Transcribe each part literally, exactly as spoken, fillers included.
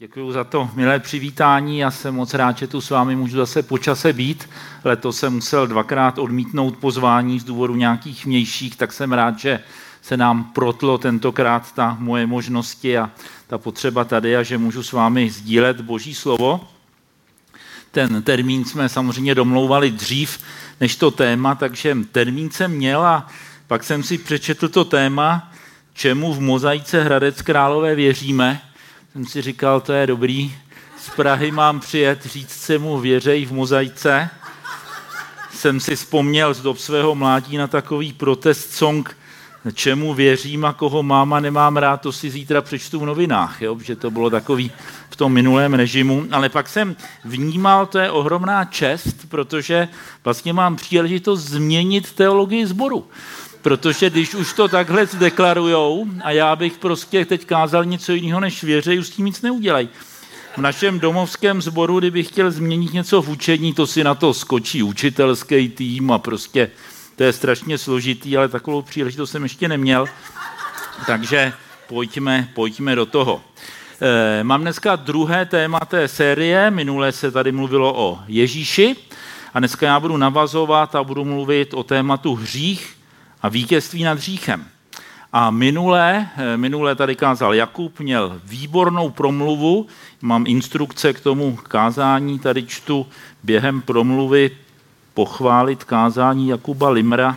Děkuji za to milé přivítání. Já jsem moc rád, že tu s vámi můžu zase po čase být. Letos jsem musel dvakrát odmítnout pozvání z důvodu nějakých vnějších, tak jsem rád, že se nám protlo tentokrát ta moje možnosti a ta potřeba tady a že můžu s vámi sdílet Boží slovo. Ten termín jsme samozřejmě domlouvali dřív než to téma, takže termín jsem měl a pak jsem si přečetl to téma, čemu v mozaice Hradec Králové věříme. Jsem si říkal, to je dobrý, z Prahy mám přijet, říct se mu věřej v mozaice. Jsem si vzpomněl z dob svého mládí na takový protest song, čemu věřím a koho mám a nemám rád, to si zítra přečtu v novinách, jo? Protože to bylo takový v tom minulém režimu. Ale pak jsem vnímal, to je ohromná čest, protože vlastně mám příležitost změnit teologii sboru. Protože když už to takhle deklarujou a já bych prostě teď kázal něco jiného než věřej, s tím nic neudělají. V našem domovském sboru, kdybych chtěl změnit něco v učení, to si na to skočí učitelský tým a prostě to je strašně složitý, ale takovou příležitost jsem ještě neměl. Takže pojďme, pojďme do toho. E, mám dneska druhé téma té série, minule se tady mluvilo o Ježíši a dneska já budu navazovat a budu mluvit o tématu hřích a vítězství nad hříchem. A minule, minule tady kázal Jakub, měl výbornou promluvu, mám instrukce k tomu kázání, tady čtu během promluvy pochválit kázání Jakuba Limra.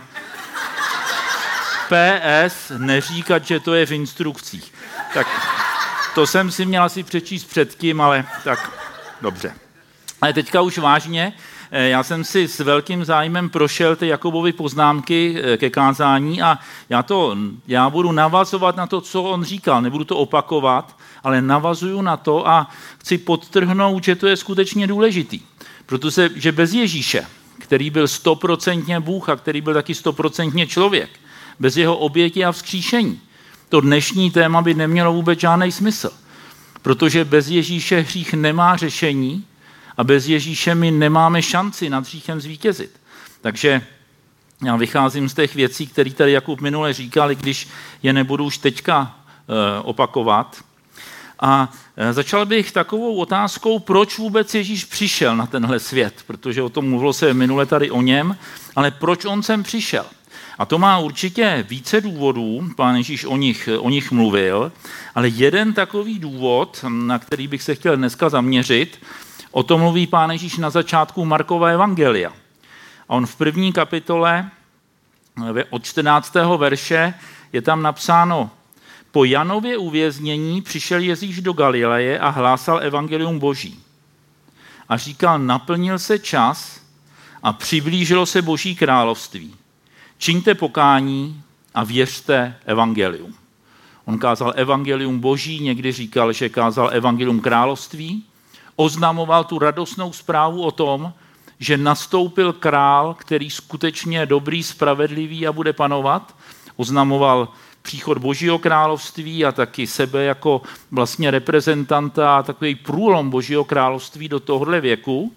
P S neříkat, že to je v instrukcích. Tak to jsem si měl asi přečíst předtím, ale tak dobře. Ale teďka už vážně, já jsem si s velkým zájmem prošel ty Jakubovy poznámky ke kázání a já, to, já budu navazovat na to, co on říkal, nebudu to opakovat, ale navazuju na to a chci podtrhnout, že to je skutečně důležitý. Protože že bez Ježíše, který byl stoprocentně Bůh a který byl taky stoprocentně člověk, bez jeho oběti a vzkříšení, to dnešní téma by nemělo vůbec žádný smysl. Protože bez Ježíše hřích nemá řešení a bez Ježíše my nemáme šanci nad hříchem zvítězit. Takže já vycházím z těch věcí, které tady Jakub minule říkal, i když je nebudu už teďka e, opakovat. A začal bych takovou otázkou, proč vůbec Ježíš přišel na tenhle svět, protože o tom mluvilo se minule tady o něm, ale proč on sem přišel? A to má určitě více důvodů, pán Ježíš o nich, o nich mluvil, ale jeden takový důvod, na který bych se chtěl dneska zaměřit, o tom mluví pán Ježíš na začátku Markova evangelia. A on v první kapitole od čtrnáctého verše je tam napsáno: po Janově uvěznění přišel Ježíš do Galileje a hlásal evangelium Boží. A říkal, naplnil se čas a přiblížilo se Boží království. Čiňte pokání a věřte evangelium. On kázal evangelium Boží, někdy říkal, že kázal evangelium království. Oznamoval tu radostnou zprávu o tom, že nastoupil král, který skutečně je dobrý, spravedlivý a bude panovat. Oznamoval příchod Božího království a taky sebe jako vlastně reprezentanta a takový průlom Božího království do tohohle věku.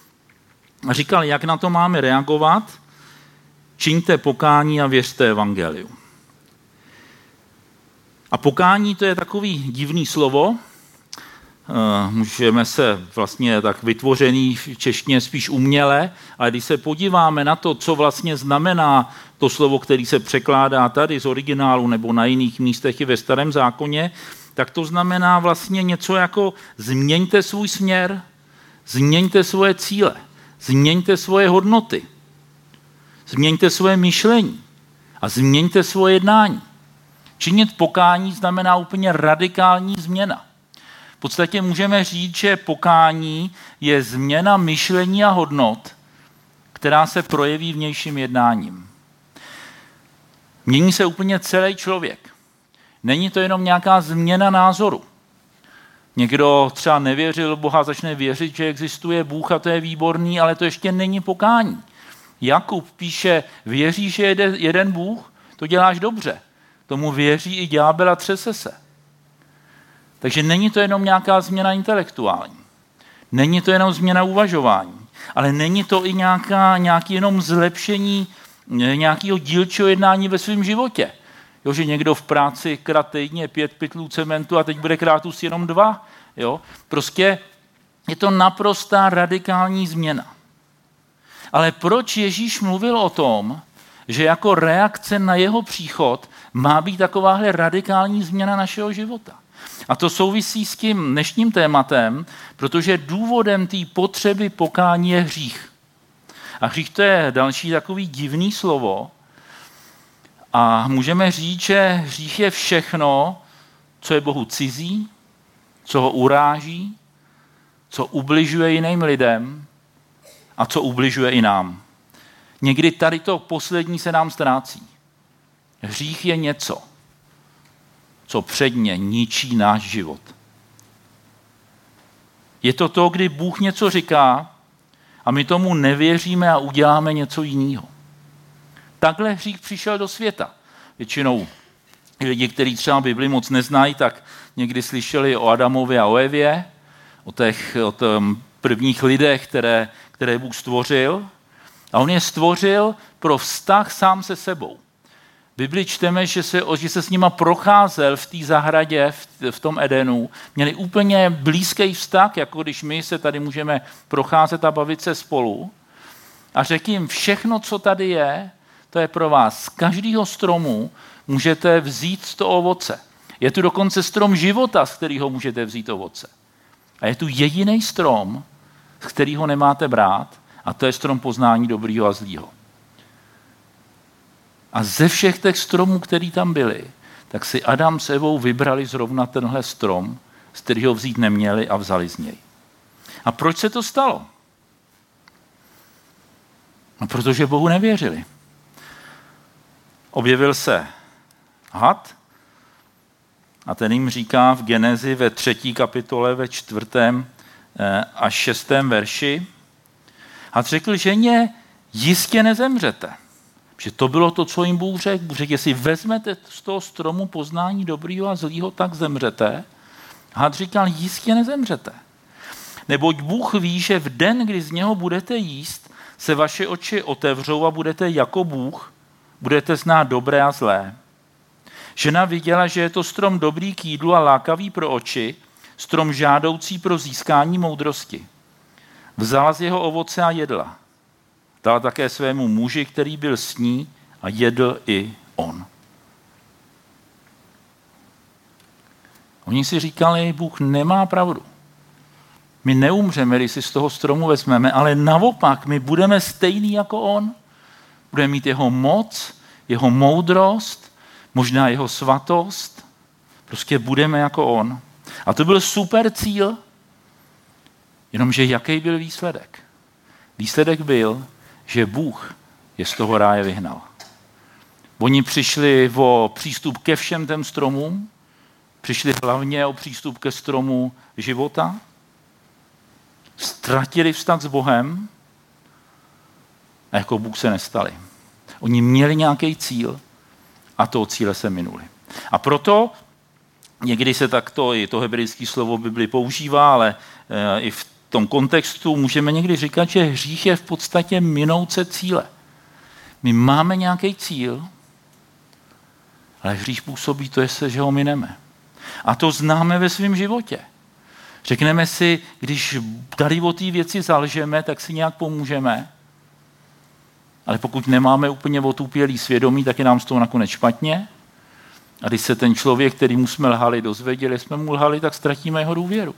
A říkal, jak na to máme reagovat. Čiňte pokání a věřte evangeliu. A pokání to je takový divný slovo. Můžeme se vlastně tak vytvořený v češtině spíš uměle, ale když se podíváme na to, co vlastně znamená to slovo, který se překládá tady z originálu nebo na jiných místech i ve Starém zákoně, tak to znamená vlastně něco jako změňte svůj směr, změňte svoje cíle, změňte svoje hodnoty, změňte svoje myšlení a změňte svoje jednání. Činit pokání znamená úplně radikální změna. V podstatě můžeme říct, že pokání je změna myšlení a hodnot, která se projeví vnějším jednáním. Mění se úplně celý člověk. Není to jenom nějaká změna názoru. Někdo třeba nevěřil Boha, začne věřit, že existuje Bůh a to je výborný, ale to ještě není pokání. Jakub píše, věříš, že je jeden Bůh, to děláš dobře. Tomu věří i ďábel a třese se. Takže není to jenom nějaká změna intelektuální. Není to jenom změna uvažování. Ale není to i nějaká, nějaký jenom zlepšení nějakého dílčího jednání ve svém životě. Jo, že někdo v práci krát týdně pět pytlů cementu a teď bude krát už jenom dva. Jo? Prostě je to naprostá radikální změna. Ale proč Ježíš mluvil o tom, že jako reakce na jeho příchod má být takováhle radikální změna našeho života? A to souvisí s tím dnešním tématem, protože důvodem té potřeby pokání je hřích. A hřích to je další takový divný slovo. A můžeme říct, že hřích je všechno, co je Bohu cizí, co ho uráží, co ubližuje jiným lidem a co ubližuje i nám. Někdy tady to poslední se nám ztrácí. Hřích je něco, co předně ničí náš život. Je to to, kdy Bůh něco říká a my tomu nevěříme a uděláme něco jiného. Takhle hřích přišel do světa. Většinou lidi, kteří třeba Bibli moc neznají, tak někdy slyšeli o Adamovi a o Evě, o těch o tom prvních lidech, které, které Bůh stvořil. A on je stvořil pro vztah sám se sebou. V Bibli čteme, že se, že se s nima procházel v té zahradě, v, v tom Edenu. Měli úplně blízký vztah, jako když my se tady můžeme procházet a bavit se spolu. A řekl jim, všechno, co tady je, to je pro vás. Z každého stromu můžete vzít to ovoce. Je tu dokonce strom života, z kterého můžete vzít ovoce. A je tu jediný strom, z kterého nemáte brát, a to je strom poznání dobrýho a zlýho. A ze všech těch stromů, který tam byly, tak si Adam s Evou vybrali zrovna tenhle strom, z kterého vzít neměli a vzali z něj. A proč se to stalo? No, protože Bohu nevěřili. Objevil se had a ten jim říká v Genezi ve třetí kapitole, ve čtvrtém až šestém verši. Had řekl ženě, jistě nezemřete. Že to bylo to, co jim Bůh řekl. Bůh řekl, jestli vezmete z toho stromu poznání dobrýho a zlýho, tak zemřete. Had říkal, jistě nezemřete. Neboť Bůh ví, že v den, kdy z něho budete jíst, se vaše oči otevřou a budete jako Bůh, budete znát dobré a zlé. Žena viděla, že je to strom dobrý k jídlu a lákavý pro oči, strom žádoucí pro získání moudrosti. Vzala z jeho ovoce a jedla. Dala také svému muži, který byl s ní, a jedl i on. Oni si říkali, Bůh nemá pravdu. My neumřeme, když si z toho stromu vezmeme, ale naopak, my budeme stejný jako on. Budeme mít jeho moc, jeho moudrost, možná jeho svatost. Prostě budeme jako on. A to byl super cíl, jenomže jaký byl výsledek? Výsledek byl, že Bůh je z toho ráje vyhnal. Oni přišli o přístup ke všem těm stromům, přišli hlavně o přístup ke stromu života, ztratili vztah s Bohem a jako Bůh se nestali. Oni měli nějaký cíl a toho cíle se minuli. A proto někdy se takto, i to hebrejské slovo v Bibli používá, ale e, i v tom kontextu můžeme někdy říkat, že hřích je v podstatě minout se cíle. My máme nějaký cíl, ale hřích působí to, že ho mineme. A to známe ve svém životě. Řekneme si, když tady o té věci zalžeme, tak si nějak pomůžeme, ale pokud nemáme úplně otupělý svědomí, tak je nám z toho nakonec špatně. A když se ten člověk, kterýmu jsme lhali, dozvěděli, jsme mu lhali, tak ztratíme jeho důvěru.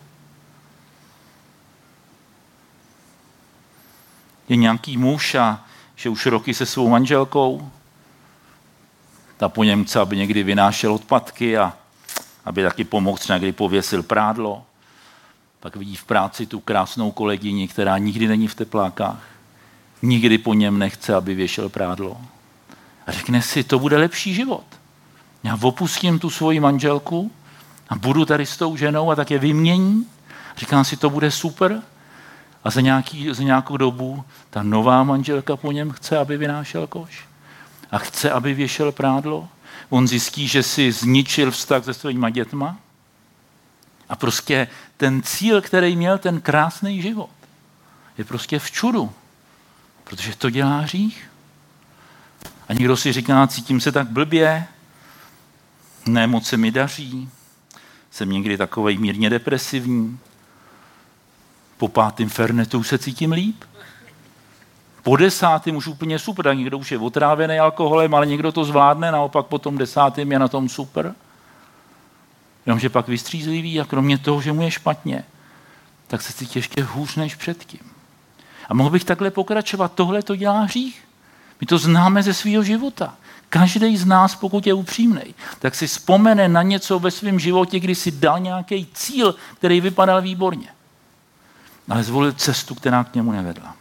Je nějaký muž a že už roky se svou manželkou, ta po něm chce, aby někdy vynášel odpadky a aby taky pomohl, třeba někdy pověsil prádlo. Pak vidí v práci tu krásnou kolegyni, která nikdy není v teplákách. Nikdy po něm nechce, aby věšel prádlo. A řekne si, to bude lepší život. Já opustím tu svoji manželku a budu tady s tou ženou a tak je vymění. Říkám si, to bude super. A za, nějaký, za nějakou dobu ta nová manželka po něm chce, aby vynášel koš. A chce, aby věšel prádlo. On zjistí, že si zničil vztah se svýma dětma. A prostě ten cíl, který měl, ten krásný život, je prostě v čudu. Protože to dělá hřích. A někdo si říká, cítím se tak blbě, ne moc se mi daří, jsem někdy takovej mírně depresivní. Po pátým fernetu se cítím líp. Po desátým už úplně super, tak někdo už je otrávený alkoholem, ale někdo to zvládne, naopak po tom desátým je na tom super. Jenomže pak vystřízlivý a kromě toho, že mu je špatně, tak se cítí ještě hůř než předtím. A mohl bych takhle pokračovat. Tohle to dělá hřích. My to známe ze svého života. Každý z nás, pokud je upřímnej, tak si vzpomene na něco ve svém životě, kdy si dal nějaký cíl, který vypadal výborně. Ale zvolil cestu, která k němu nevedla.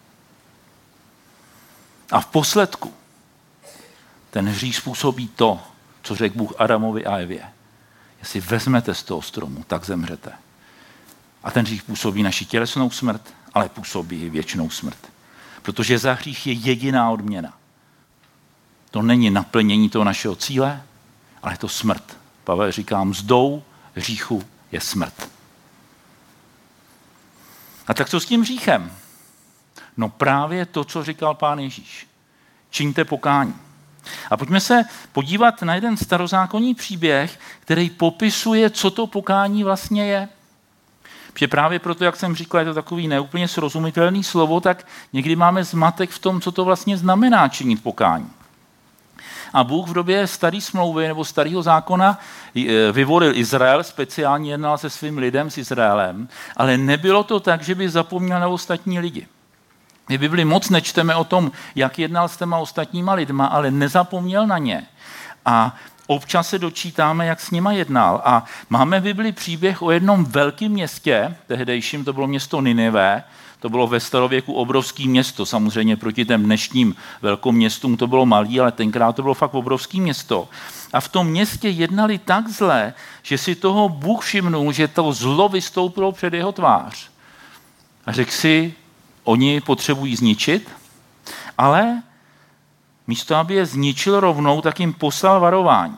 A v posledku ten hřích způsobí to, co řekl Bůh Adamovi a Evě. Jestli vezmete z toho stromu, tak zemřete. A ten hřích působí naši tělesnou smrt, ale působí i věčnou smrt. Protože za hřích je jediná odměna. To není naplnění toho našeho cíle, ale je to smrt. Pavel říká, mzdou hříchu je smrt. A tak co s tím hříchem? No právě to, co říkal Pán Ježíš. Čiňte pokání. A pojďme se podívat na jeden starozákonní příběh, který popisuje, co to pokání vlastně je. Protože právě proto, jak jsem říkal, je to takový neúplně srozumitelný slovo, tak někdy máme zmatek v tom, co to vlastně znamená činit pokání. A Bůh v době staré smlouvy nebo starého zákona vyvolil Izrael, speciálně jednal se svým lidem, s Izraelem, ale nebylo to tak, že by zapomněl na ostatní lidi. My v Bibli moc nečteme o tom, jak jednal s těma ostatníma lidma, ale nezapomněl na ně. A občas se dočítáme, jak s nima jednal. A máme v Bibli příběh o jednom velkém městě, tehdejším to bylo město Ninive, to bylo ve starověku obrovské město, samozřejmě proti těm dnešním velkoměstům to bylo malý, ale tenkrát to bylo fakt obrovské město. A v tom městě jednali tak zle, že si toho Bůh všimnul, že to zlo vystoupilo před jeho tvář. A řekl si, oni potřebují zničit, ale místo, aby je zničil rovnou, tak jim poslal varování.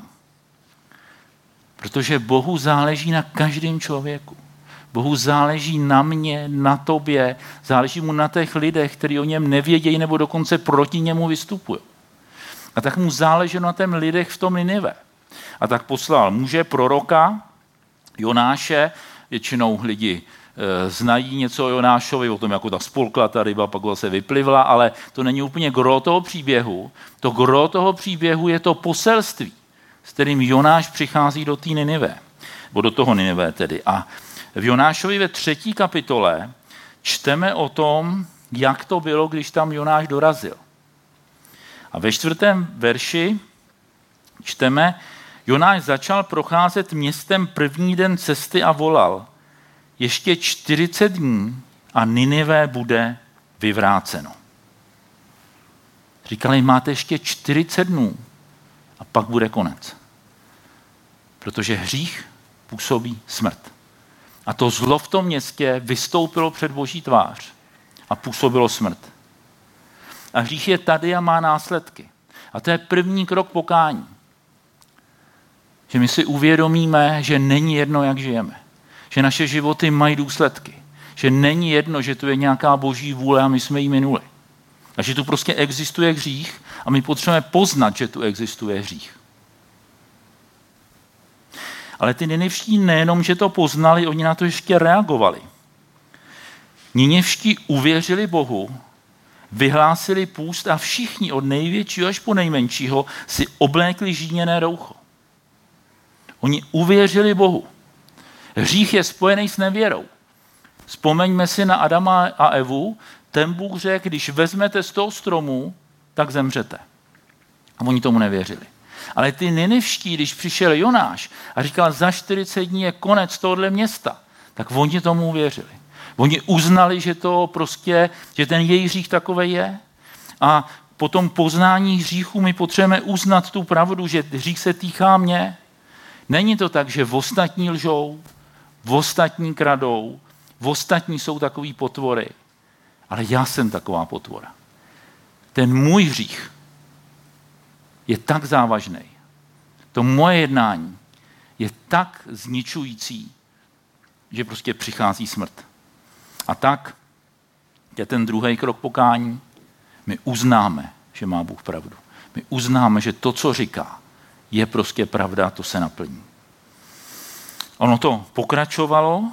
Protože Bohu záleží na každém člověku. Bohu záleží na mě, na tobě, záleží mu na těch lidech, kteří o něm nevědějí nebo dokonce proti němu vystupují. A tak mu záleželo na těch lidech v tom Ninive. A tak poslal muže, proroka, Jonáše, většinou lidi e, znají něco o Jonášovi, o tom, jako ta spolkla ta ryba, pak se vyplivla, ale to není úplně gro toho příběhu. To gro toho příběhu je to poselství, s kterým Jonáš přichází do té Ninive, nebo do toho Ninive tedy. A v Jonášovi ve třetí kapitole čteme o tom, jak to bylo, když tam Jonáš dorazil. A ve čtvrtém verši čteme, Jonáš začal procházet městem první den cesty a volal, ještě čtyřicet dní a Ninive bude vyvráceno. Říkali, máte ještě čtyřicet dnů a pak bude konec. Protože hřích působí smrt. A to zlo v tom městě vystoupilo před Boží tvář a působilo smrt. A hřích je tady a má následky. A to je první krok pokání. Že my si uvědomíme, že není jedno, jak žijeme. Že naše životy mají důsledky. Že není jedno, že tu je nějaká Boží vůle a my jsme jí minuli. A že tu prostě existuje hřích a my potřebujeme poznat, že tu existuje hřích. Ale ty ninivští nejenom, že to poznali, oni na to ještě reagovali. Ninivští uvěřili Bohu, vyhlásili půst a všichni od největšího až po nejmenšího si oblékli žíněné roucho. Oni uvěřili Bohu. Hřích je spojený s nevěrou. Vzpomeňme si na Adama a Evu, ten Bůh řekl, když vezmete z toho stromu, tak zemřete. A oni tomu nevěřili. Ale ty ninivští, když přišel Jonáš a říkal, za čtyřicet dní je konec tohohle města, tak oni tomu uvěřili. Oni uznali, že to prostě, že ten jejich hřích takovej je. A po tom poznání hříchu my potřebujeme uznat tu pravdu, že hřích se týká mě. Není to tak, že v ostatní lžou, v ostatní kradou, v ostatní jsou takový potvory. Ale já jsem taková potvora. Ten můj hřích je tak závažný. To moje jednání je tak zničující, že prostě přichází smrt. A tak je ten druhý krok pokání. My uznáme, že má Bůh pravdu. My uznáme, že to, co říká, je prostě pravda a to se naplní. Ono to pokračovalo.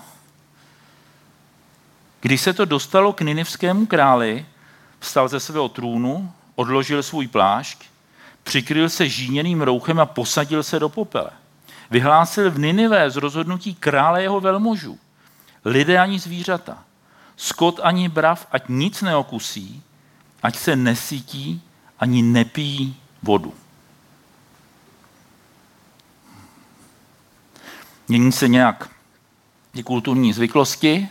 Když se to dostalo k ninivskému králi, vstal ze svého trůnu, odložil svůj plášť, přikryl se žíněným rouchem a posadil se do popele. Vyhlásil v Ninive z rozhodnutí krále jeho velmožů. Lidé ani zvířata, skot ani brav, ať nic neokusí, ať se nesytí, ani nepijí vodu. Mění se nějak ty kulturní zvyklosti,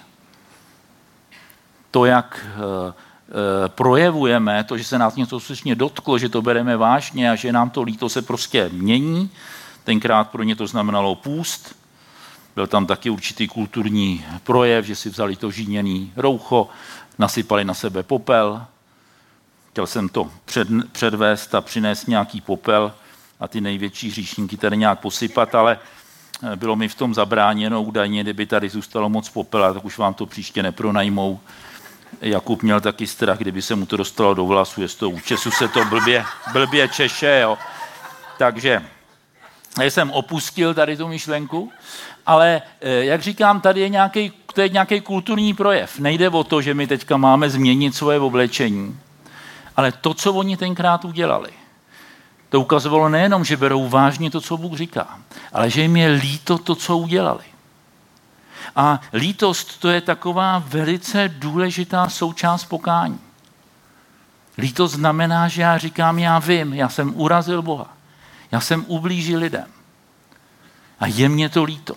to, jak e, e, projevujeme, to, že se nás něco skutečně dotklo, že to bereme vážně a že nám to líto, se prostě mění. Tenkrát pro ně to znamenalo půst. Byl tam taky určitý kulturní projev, že si vzali to žíněný roucho, nasypali na sebe popel. Chtěl jsem to před, předvést a přinést nějaký popel a ty největší hříšníky tady nějak posypat, ale bylo mi v tom zabráněno údajně, kdyby tady zůstalo moc popela, tak už vám to příště nepronajmou. Jakub měl taky strach, kdyby se mu to dostalo do vlasu, jestli to účesu se to blbě, blbě češe. Jo. Takže já jsem opustil tady tu myšlenku, ale jak říkám, tady je nějaký, to je nějaký kulturní projev. Nejde o to, že my teďka máme změnit svoje oblečení, ale to, co oni tenkrát udělali, to ukazovalo nejenom, že berou vážně to, co Bůh říká, ale že jim je líto to, co udělali. A lítost, to je taková velice důležitá součást pokání. Lítost znamená, že já říkám, já vím, já jsem urazil Boha. Já jsem ublížil lidem. A je mě to líto.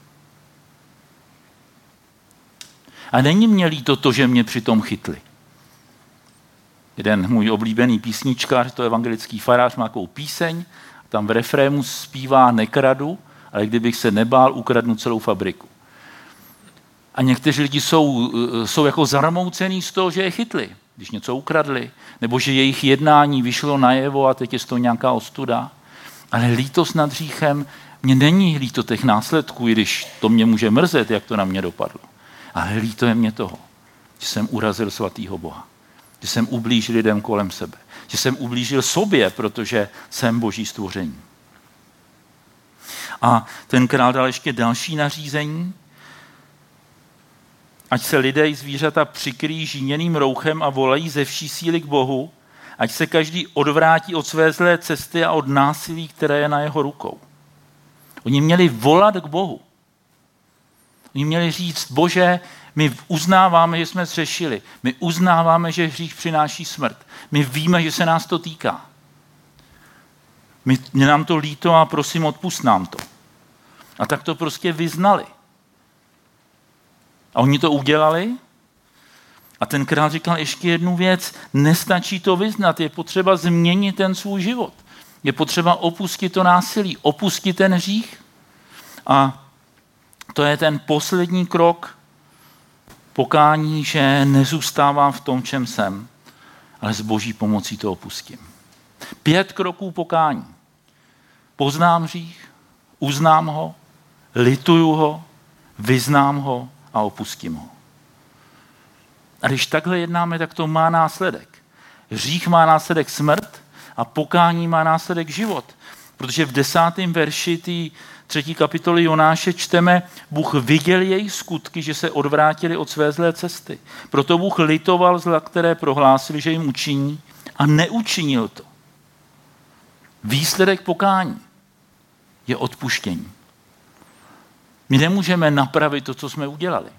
A není mě líto to, že mě přitom chytli. Jeden můj oblíbený písničkář, to je evangelický farář, má takovou píseň, tam v refrému zpívá nekradu, ale kdybych se nebál, ukradnu celou fabriku. A někteří lidi jsou, jsou jako zarmoucený z toho, že je chytli, když něco ukradli, nebo že jejich jednání vyšlo najevo a teď je to nějaká ostuda. Ale lítost nad hříchem, mě není líto těch následků, i když to mě může mrzet, jak to na mě dopadlo. Ale líto je mě toho, že jsem urazil svatýho Boha. Že jsem ublížil lidem kolem sebe. Že jsem ublížil sobě, protože jsem Boží stvoření. A ten král dal ještě další nařízení. Ať se lidé i zvířata přikryjí žíněným rouchem a volají ze vší síly k Bohu, ať se každý odvrátí od své zlé cesty a od násilí, které je na jeho rukou. Oni měli volat k Bohu. Oni měli říct, Bože, my uznáváme, že jsme zřešili. My uznáváme, že hřích přináší smrt. My víme, že se nás to týká. My, mě nám to líto a prosím, odpusť nám to. A tak to prostě vyznali. A oni to udělali. A ten král říkal ještě jednu věc. Nestačí to vyznat, je potřeba změnit ten svůj život. Je potřeba opustit to násilí, opustit ten hřích. A to je ten poslední krok pokání, že nezůstávám v tom, čem jsem, ale s Boží pomocí to opustím. Pět kroků pokání. Poznám hřích, uznám ho, lituju ho, vyznám ho a opustím ho. A když takhle jednáme, tak to má následek. Hřích má následek smrt a pokání má následek život. Protože v desátém verši té třetí kapitoly Jonáše čteme, Bůh viděl jejich skutky, že se odvrátili od své zlé cesty. Proto Bůh litoval zla, které prohlásili, že jim učiní, a neučinil to. Výsledek pokání je odpuštění. My nemůžeme napravit to, co jsme udělali.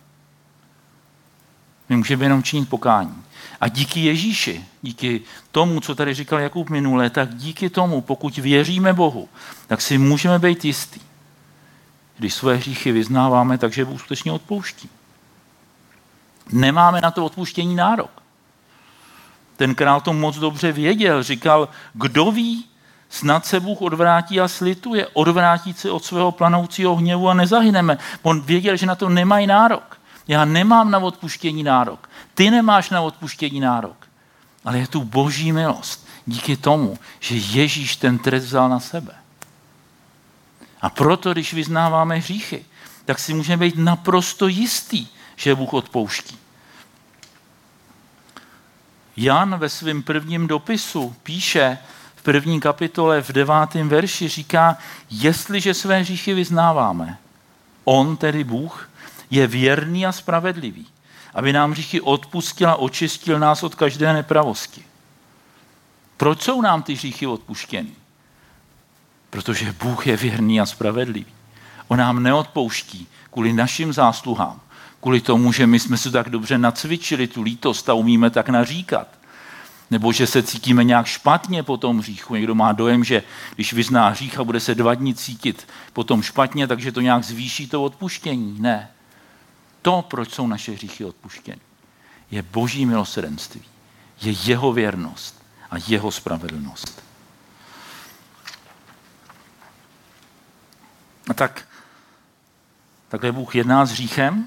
My můžeme jenom činit pokání. A díky Ježíši, díky tomu, co tady říkal Jakub minule, tak díky tomu, pokud věříme Bohu, tak si můžeme být jistí. Když své hříchy vyznáváme, takže Bůh skutečně odpouští. Nemáme na to odpuštění nárok. Ten král to moc dobře věděl. Říkal, kdo ví, snad se Bůh odvrátí a slituje. Odvrátí se od svého planoucího hněvu a nezahyneme. On věděl, že na to nemají nárok. Já nemám na odpuštění nárok. Ty nemáš na odpuštění nárok. Ale je tu Boží milost. Díky tomu, že Ježíš ten trest vzal na sebe. A proto, když vyznáváme hříchy, tak si můžeme být naprosto jistý, že Bůh odpouští. Jan ve svém prvním dopisu píše v první kapitole v devátém verši, říká, jestliže své hříchy vyznáváme, On, tedy Bůh, je věrný a spravedlivý, aby nám hříchy odpustil a očistil nás od každé nepravosti. Proč jsou nám ty hříchy odpuštěny? Protože Bůh je věrný a spravedlivý. On nám neodpouští kvůli našim zásluhám, kvůli tomu, že my jsme se tak dobře nacvičili tu lítost a umíme tak naříkat. Nebo že se cítíme nějak špatně po tom hříchu. Někdo má dojem, že když vyzná hřích a bude se dva dny cítit potom špatně, takže to nějak zvýší to odpuštění. Ne. To, proč jsou naše hříchy odpuštěny, je Boží milosrdenství. Je jeho věrnost a jeho spravedlnost. A tak takhle Bůh jedná s hříchem.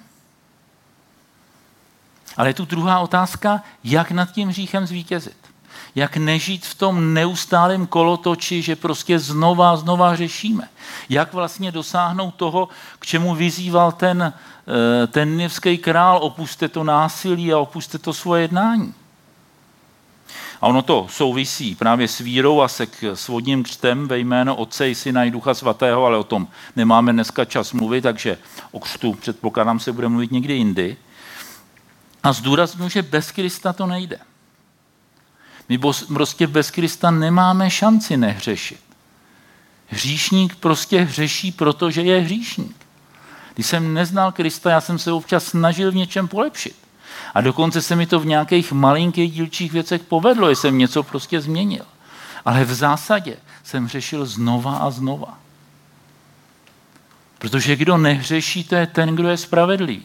Ale je tu druhá otázka, jak nad tím hříchem zvítězit. Jak nežít v tom neustálém kolotoči, že prostě znova a znova řešíme. Jak vlastně dosáhnout toho, k čemu vyzýval ten, ten nivský král, opuste to násilí a opuste to svoje jednání. A ono to souvisí právě s vírou a se k svodním křtem ve jméno Otce i Syna i Ducha Svatého, ale o tom nemáme dneska čas mluvit, takže o křtu předpokládám se bude mluvit někdy jindy. A zdůraznuju, že bez Krista to nejde. My prostě bez Krista nemáme šanci nehřešit. Hříšník prostě hřeší, protože je hříšník. Když jsem neznal Krista, já jsem se občas snažil v něčem polepšit. A dokonce se mi to v nějakých malinkých dílčích věcech povedlo, že jsem něco prostě změnil. Ale v zásadě jsem hřešil znova a znova. Protože kdo nehřeší, to je ten, kdo je spravedlivý.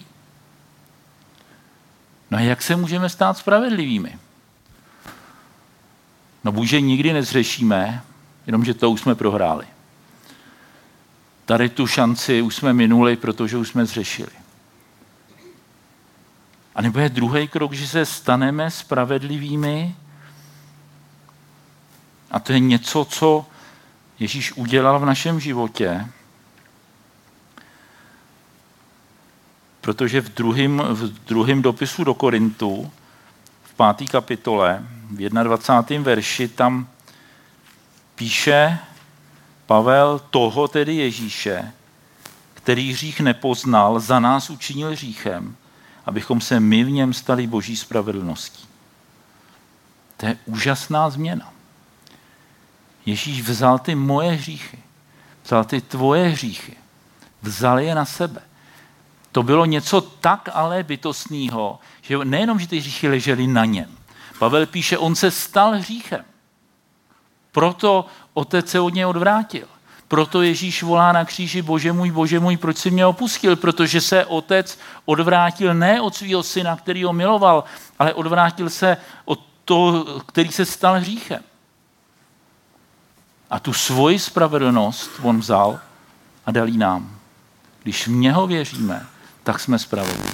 No a jak se můžeme stát spravedlivými? No buď, že nikdy nezřešíme, jenomže to už jsme prohráli. Tady tu šanci už jsme minuli, protože už jsme zřešili. A nebo je druhý krok, že se staneme spravedlivými a to je něco, co Ježíš udělal v našem životě, protože v druhém, v druhém dopisu do Korintu, v páté kapitole, v dvacátém prvním verši, tam píše Pavel toho tedy Ježíše, který hřích nepoznal, za nás učinil hříchem, abychom se my v něm stali Boží spravedlností. To je úžasná změna. Ježíš vzal ty moje hříchy, vzal ty tvoje hříchy, vzal je na sebe. To bylo něco tak ale bytostného, že nejenom, že ty hříchy ležely na něm. Pavel píše, on se stal hříchem. Proto Otec se od něj odvrátil. Proto Ježíš volá na kříži, Bože můj, Bože můj, proč jsi mě opustil? Protože se Otec odvrátil ne od svého syna, který ho miloval, ale odvrátil se od toho, který se stal hříchem. A tu svoji spravedlnost on vzal a dal jí nám. Když v něho věříme, tak jsme spravedliví.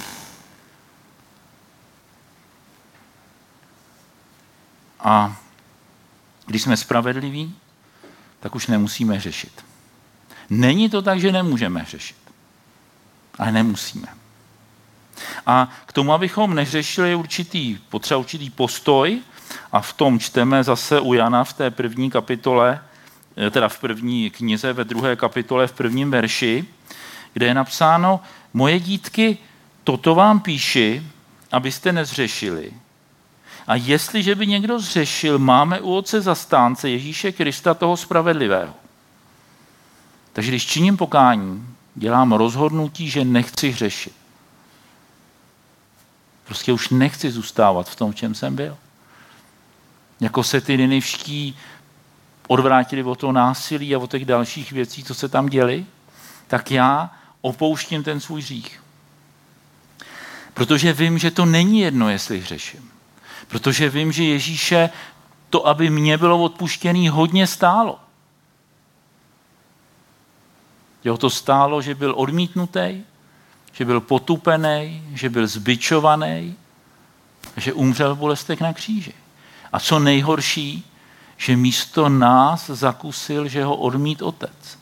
A když jsme spravedliví, tak už nemusíme řešit. Není to tak, že nemůžeme řešit. Ale nemusíme. A k tomu, abychom neřešili, je určitý, potřeba určitý postoj a v tom čteme zase u Jana v té první kapitole, teda v první knize ve druhé kapitole v prvním verši, kde je napsáno, moje dítky, toto vám píši, abyste nezřešili. A jestliže by někdo zřešil, máme u Otce zastánce Ježíše Krista, toho spravedlivého. Takže když činím pokání, dělám rozhodnutí, že nechci hřešit. Prostě už nechci zůstávat v tom, v čem jsem byl. Jako se ty ninivští odvrátili od toho násilí a od těch dalších věcí, co se tam děli, tak já opouštím ten svůj hřích. Protože vím, že to není jedno, jestli hřeším. Protože vím, že Ježíše to, aby mě bylo odpuštěný, hodně stálo. Jeho to stálo, že byl odmítnutý, že byl potupený, že byl zbičovaný, že umřel v bolestech na kříži. A co nejhorší, že místo nás zakusil, že ho odmít Otec.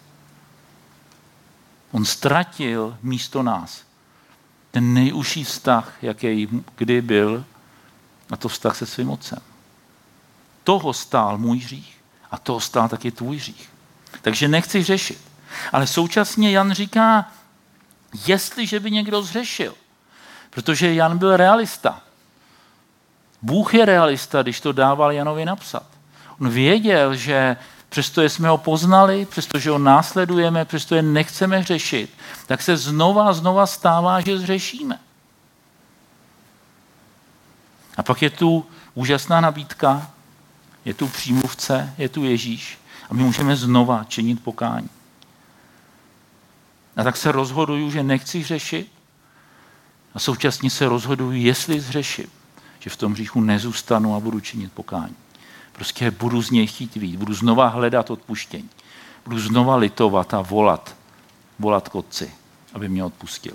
On ztratil místo nás ten nejužší vztah, jaký kdy byl, a to vztah se svým Otcem. Toho stál můj hřích a toho stál taky tvůj hřích. Takže nechci řešit. Ale současně Jan říká, Jestliže by někdo zřešil, protože Jan byl realista. Bůh je realista, když to dával Janovi napsat. On věděl, že přestože jsme ho poznali, přestože ho následujeme, přestože nechceme hřešit, tak se znova a znova stává, že zřešíme. A pak je tu úžasná nabídka, je tu přímluvce, je tu Ježíš a my můžeme znova činit pokání. A tak se rozhoduju, že nechci hřešit a současně se rozhoduju, jestli zhřeším, že v tom hříchu nezůstanu a budu činit pokání. Prostě budu z něj chtít vyjít, budu znova hledat odpuštění, budu znova litovat a volat, volat k Otci, aby mě odpustil.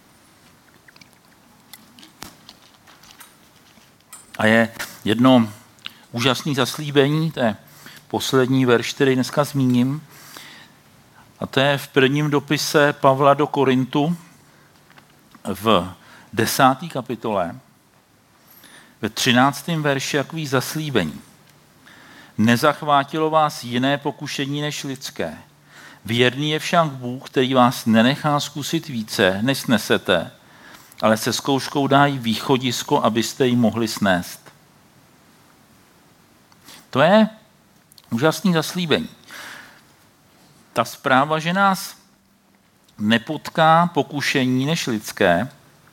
A je jedno úžasné zaslíbení, to je poslední verš, který dneska zmíním, a to je v prvním dopise Pavla do Korintu v desáté kapitole, ve třináctém verši takový zaslíbení. Nezachvátilo vás jiné pokušení než lidské. Věrný je však Bůh, který vás nenechá zkusit více, než snesete, ale se zkouškou dá i východisko, abyste ji mohli snést. To je úžasný zaslíbení. Ta zpráva, že nás nepotká pokušení než lidské,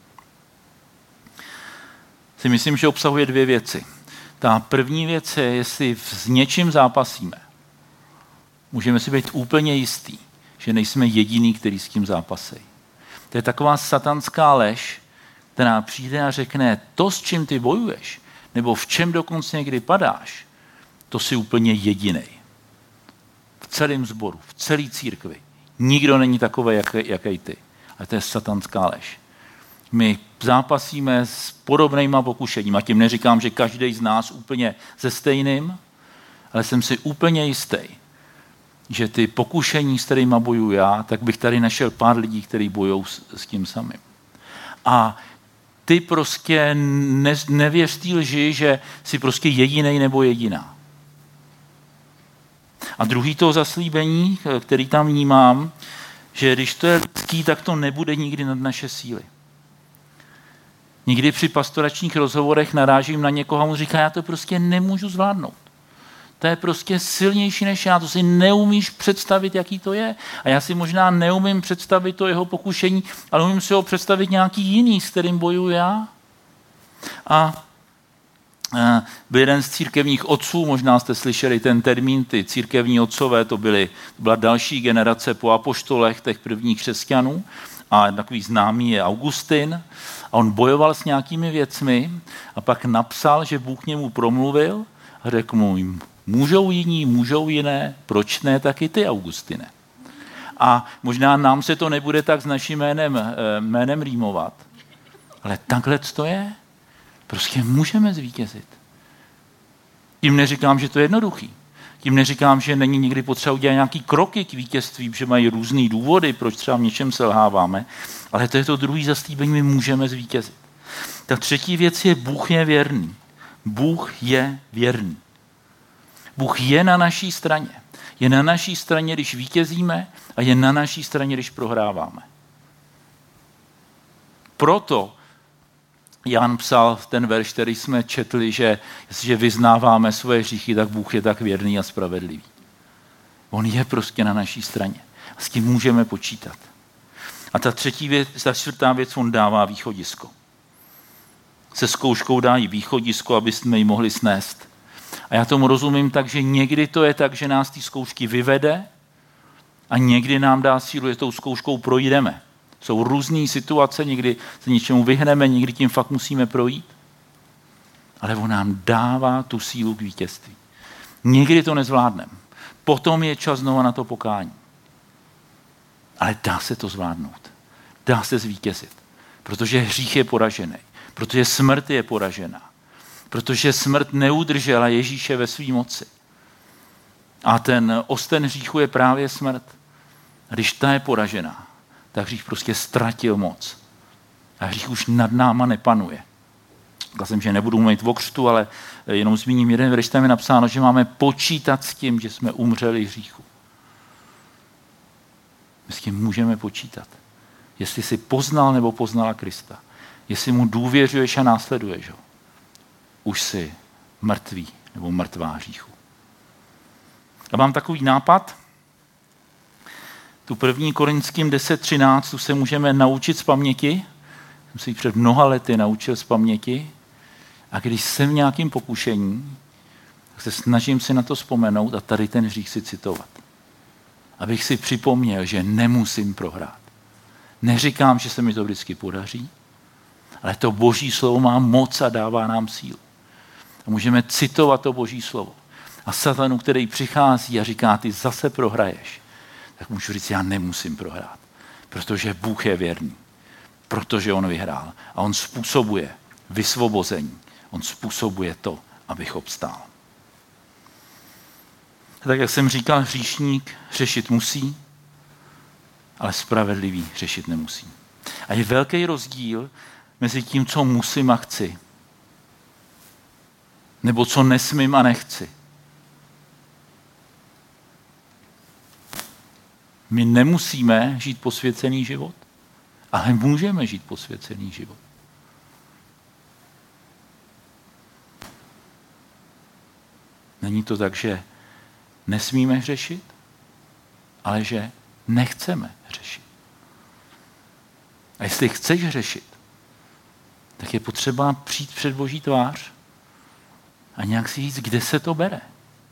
si myslím, že obsahuje dvě věci. Ta první věc je, jestli s něčím zápasíme. Můžeme si být úplně jistý, že nejsme jediný, který s tím zápasí. To je taková satanská lež, která přijde a řekne, to, s čím ty bojuješ, nebo v čem dokonce někdy padáš, to jsi úplně jedinej. V celém sboru, v celé církvi. Nikdo není takový, jaký, jaký ty. A to je satanská lež. My zápasíme s podobnýma pokušeníma. Tím neříkám, že každý z nás úplně se stejným, ale jsem si úplně jistý, že ty pokušení, s kterýma bojuju já, tak bych tady našel pár lidí, kteří bojují s, s tím samým. A ty prostě ne, nevěř té lži, že jsi prostě jedinej nebo jediná. A druhý to zaslíbení, který tam vnímám, že když to je lidský, tak to nebude nikdy nad naše síly. Někdy při pastoračních rozhovorech narážím na někoho a mu říká, já to prostě nemůžu zvládnout. To je prostě silnější než já, to si neumíš představit, jaký to je. A já si možná neumím představit to jeho pokušení, ale umím si ho představit nějaký jiný, s kterým bojuju já. A byl jeden z církevních otců, možná jste slyšeli ten termín, ty církevní otcové, to, byly, to byla další generace po apoštolech, těch prvních křesťanů. A takový známý je Augustin. A on bojoval s nějakými věcmi a pak napsal, že Bůh k němu promluvil a řekl mu, můžou jiní, můžou jiné, proč ne taky ty, Augustine? A možná nám se to nebude tak s naším jménem, jménem rýmovat, ale takhle to je. Prostě můžeme zvítězit. Tím neříkám, že to je jednoduchý. Tím neříkám, že není nikdy potřeba udělat nějaký kroky k vítězství, že mají různý důvody, proč třeba v něčem selháváme, ale to je to druhý zaslíbení, my můžeme zvítězit. Ta třetí věc je, Bůh je věrný. Bůh je věrný. Bůh je na naší straně. Je na naší straně, když vítězíme a je na naší straně, když prohráváme. Proto Jan psal ten verš, který jsme četli, že jestliže vyznáváme svoje hříchy, tak Bůh je tak věrný a spravedlivý. On je prostě na naší straně. A s tím můžeme počítat. A ta třetí věc, ta čtvrtá věc, on dává východisko. Se zkouškou dá i východisko, aby jsme ji mohli snést. A já tomu rozumím tak, že někdy to je tak, že nás ty zkoušky vyvede a někdy nám dá sílu, že tou zkouškou projdeme. Jsou různé situace, někdy se něčemu vyhneme, někdy tím fakt musíme projít. Ale on nám dává tu sílu k vítězství. Někdy to nezvládneme. Potom je čas znovu na to pokání. Ale dá se to zvládnout. Dá se zvítězit. Protože hřích je poražený. Protože smrt je poražená. Protože smrt neudržela Ježíše ve své moci. A ten osten hříchu je právě smrt. A když ta je poražená, tak hřích prostě ztratil moc. A hřích už nad náma nepanuje. Říkal jsem, že nebudu mluvit o křtu, ale jenom zmíním jeden verš, tam je napsáno, že máme počítat s tím, že jsme umřeli hříchu. My s tím můžeme počítat. Jestli jsi poznal nebo poznala Krista. Jestli mu důvěřuješ a následuješ ho. Už jsi mrtvý nebo mrtvá hříchu. A mám takový nápad. Tu první Korinským deset třináct, tu se můžeme naučit z paměti. Jsem si ji před mnoha lety naučil z paměti. A když jsem v nějakém pokušení, tak se snažím si na to vzpomenout a tady ten hřích si citovat. Abych si připomněl, že nemusím prohrát. Neříkám, že se mi to vždycky podaří, ale to Boží slovo má moc a dává nám sílu. A můžeme citovat to Boží slovo. A satanu, který přichází a říká, ty zase prohraješ, tak můžu říct, já nemusím prohrát, protože Bůh je věrný, protože on vyhrál. A on způsobuje vysvobození. On způsobuje to, abych obstál. Tak jak jsem říkal, hříšník řešit musí, ale spravedlivý řešit nemusí. A je velký rozdíl mezi tím, co musím a chci, nebo co nesmím a nechci. My nemusíme žít posvěcený život, ale můžeme žít posvěcený život. Není to tak, že nesmíme hřešit, ale že nechceme hřešit. A jestli chceš hřešit, tak je potřeba přijít před Boží tvář a nějak si říct, kde se to bere.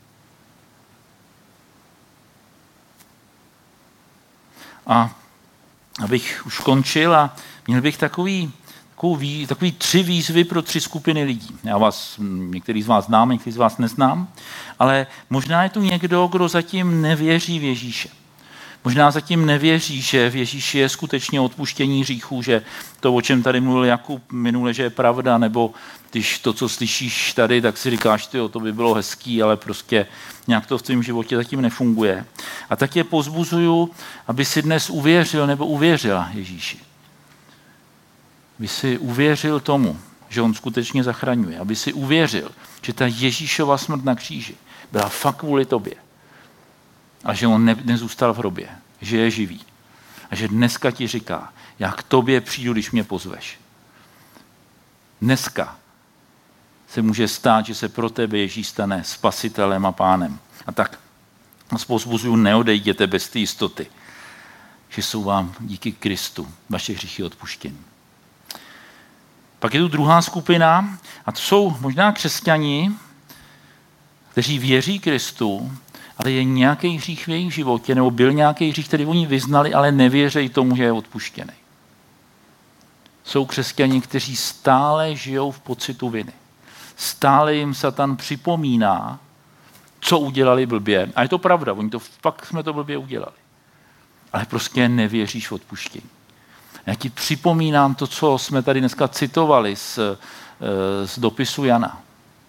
A abych už končil a měl bych takový, takový, takový tři výzvy pro tři skupiny lidí. Já vás, některý z vás znám, některý z vás neznám, ale možná je tu někdo, kdo zatím nevěří v Ježíše. Možná zatím nevěří, že v Ježíši je skutečně odpuštění hříchů, že to, o čem tady mluvil Jakub minule, že je pravda, nebo když to, co slyšíš tady, tak si říkáš, tyjo, to by bylo hezký, ale prostě nějak to v tvém životě zatím nefunguje. A tak je pozbuzuju, aby si dnes uvěřil nebo uvěřila Ježíši. Aby si uvěřil tomu, že on skutečně zachraňuje. Aby si uvěřil, že ta Ježíšova smrt na kříži byla fakt kvůli tobě. A že on ne, nezůstal v hrobě, že je živý. A že dneska ti říká, já k tobě přijdu, když mě pozveš. Dneska se může stát, že se pro tebe Ježíš stane spasitelem a pánem. A tak vás pozbuzuju, neodejděte bez té jistoty, že jsou vám díky Kristu vaše hříchy odpuštěny. Pak je tu druhá skupina, a to jsou možná křesťani, kteří věří Kristu, ale je nějaký hřích v jejich životě, nebo byl nějaký hřích, který oni vyznali, ale nevěří tomu, že je odpuštěný. Jsou křesťani, kteří stále žijou v pocitu viny. Stále jim Satan připomíná, co udělali blbě. A je to pravda, oni to fakt jsme to blbě udělali. Ale prostě nevěříš v odpuštění. Já ti připomínám to, co jsme tady dneska citovali z, z dopisu Jana.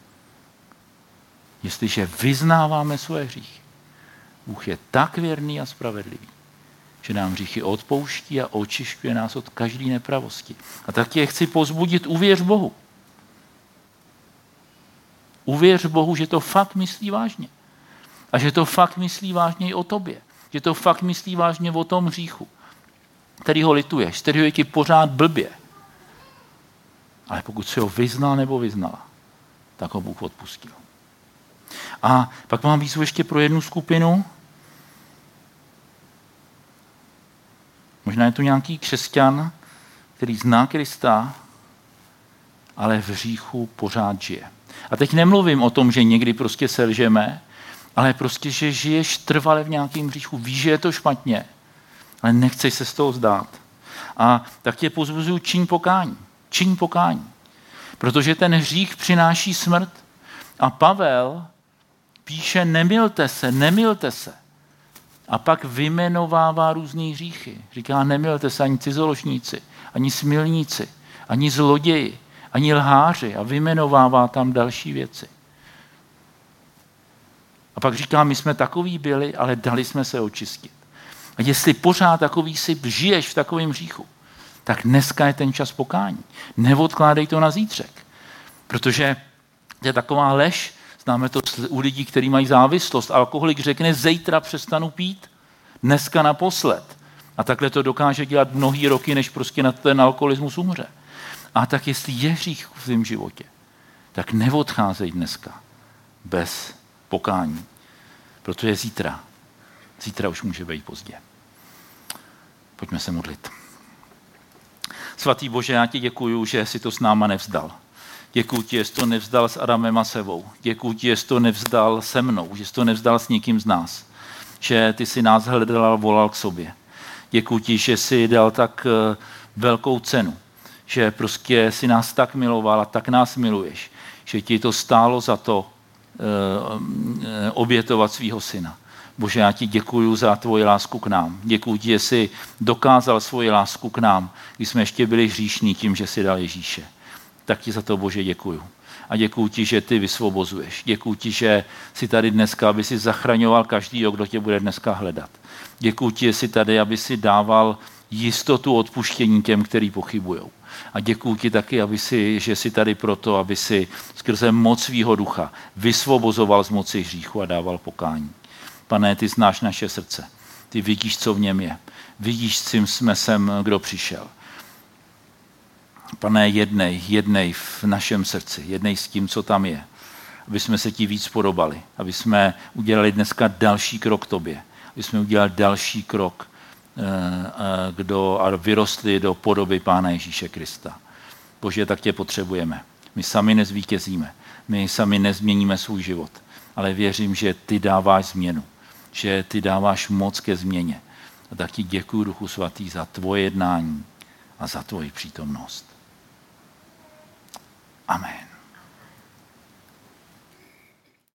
Jestliže vyznáváme své hříchy, Bůh je tak věrný a spravedlivý, že nám hříchy odpouští a očišťuje nás od každé nepravosti. A tak tě chci pozbudit, uvěř Bohu. Uvěř Bohu, že to fakt myslí vážně. A že to fakt myslí vážně i o tobě. Že to fakt myslí vážně o tom hříchu, který ho lituješ, který ho je ti pořád blbě. Ale pokud si ho vyznal nebo vyznala, tak ho Bůh odpustil. A pak mám výzvu ještě pro jednu skupinu. Možná je to nějaký křesťan, který zná Krista, ale v hříchu pořád žije. A teď nemluvím o tom, že někdy prostě selžeme, ale prostě, že žiješ trvale v nějakém hříchu. Víš, že je to špatně, ale nechceš se z toho zdát. A tak tě pozbuzuju, čiň pokání. Čiň pokání. Protože ten hřích přináší smrt. A Pavel píše, nemilte se, nemilte se. A pak vyjmenovává různý hříchy. Říká, nemilte se ani cizoložníci, ani smilníci, ani zloději, ani lháři. A vyjmenovává tam další věci. A pak říká, my jsme takový byli, ale dali jsme se očistit. A jestli pořád takový si žiješ v takovém hříchu, tak dneska je ten čas pokání. Neodkládej to na zítřek. Protože to je taková lež, známe to u lidí, kteří mají závislost. Alkoholik řekne, zítra přestanu pít, dneska naposled. A takhle to dokáže dělat mnohý roky, než prostě na ten alkoholismus umře. A tak jestli je hřích v tvém životě, tak neodcházej dneska bez pokání. Protože zítra, zítra už může být pozdě. Pojďme se modlit. Svatý Bože, já ti děkuju, že jsi to s náma nevzdal. Děkuju ti, že jsi to nevzdal s Adamem a Sevou. Děkuju ti, že jsi to nevzdal se mnou, že jsi to nevzdal s nikým z nás. Že ty jsi nás hledal a volal k sobě. Děkuju ti, že jsi dal tak velkou cenu, že prostě si nás tak miloval a tak nás miluješ, že ti to stálo za to e, obětovat svého syna. Bože, já ti děkuju za tvoji lásku k nám. Děkuju ti, že jsi dokázal svoji lásku k nám, když jsme ještě byli hříšní tím, že jsi dal Ježíše. Tak ti za to, Bože, děkuju. A děkuju ti, že ty vysvobozuješ. Děkuju ti, že jsi tady dneska, aby si zachraňoval každýho, kdo tě bude dneska hledat. Děkuju ti, že jsi tady, aby si dával jistotu odpuštění těm, který pochybujou. A děkuju ti taky, aby si, že jsi tady proto, aby si skrze moc svýho ducha vysvobozoval z moci hříchu a dával pokání. Pane, ty znáš naše srdce. Ty vidíš, co v něm je. Vidíš, s čím jsme sem, kdo přišel. Pane, jednej, jednej v našem srdci, jednej s tím, co tam je. Aby jsme se ti víc podobali. Aby jsme udělali dneska další krok k tobě. Aby jsme udělali další krok kdo, a vyrostli do podoby Pána Ježíše Krista. Bože, tak tě potřebujeme. My sami nezvítězíme. My sami nezměníme svůj život. Ale věřím, že ty dáváš změnu. Že ty dáváš moc ke změně. A tak ti děkuju, Duchu Svatý, za tvoje jednání a za tvoji přítomnost. Amen.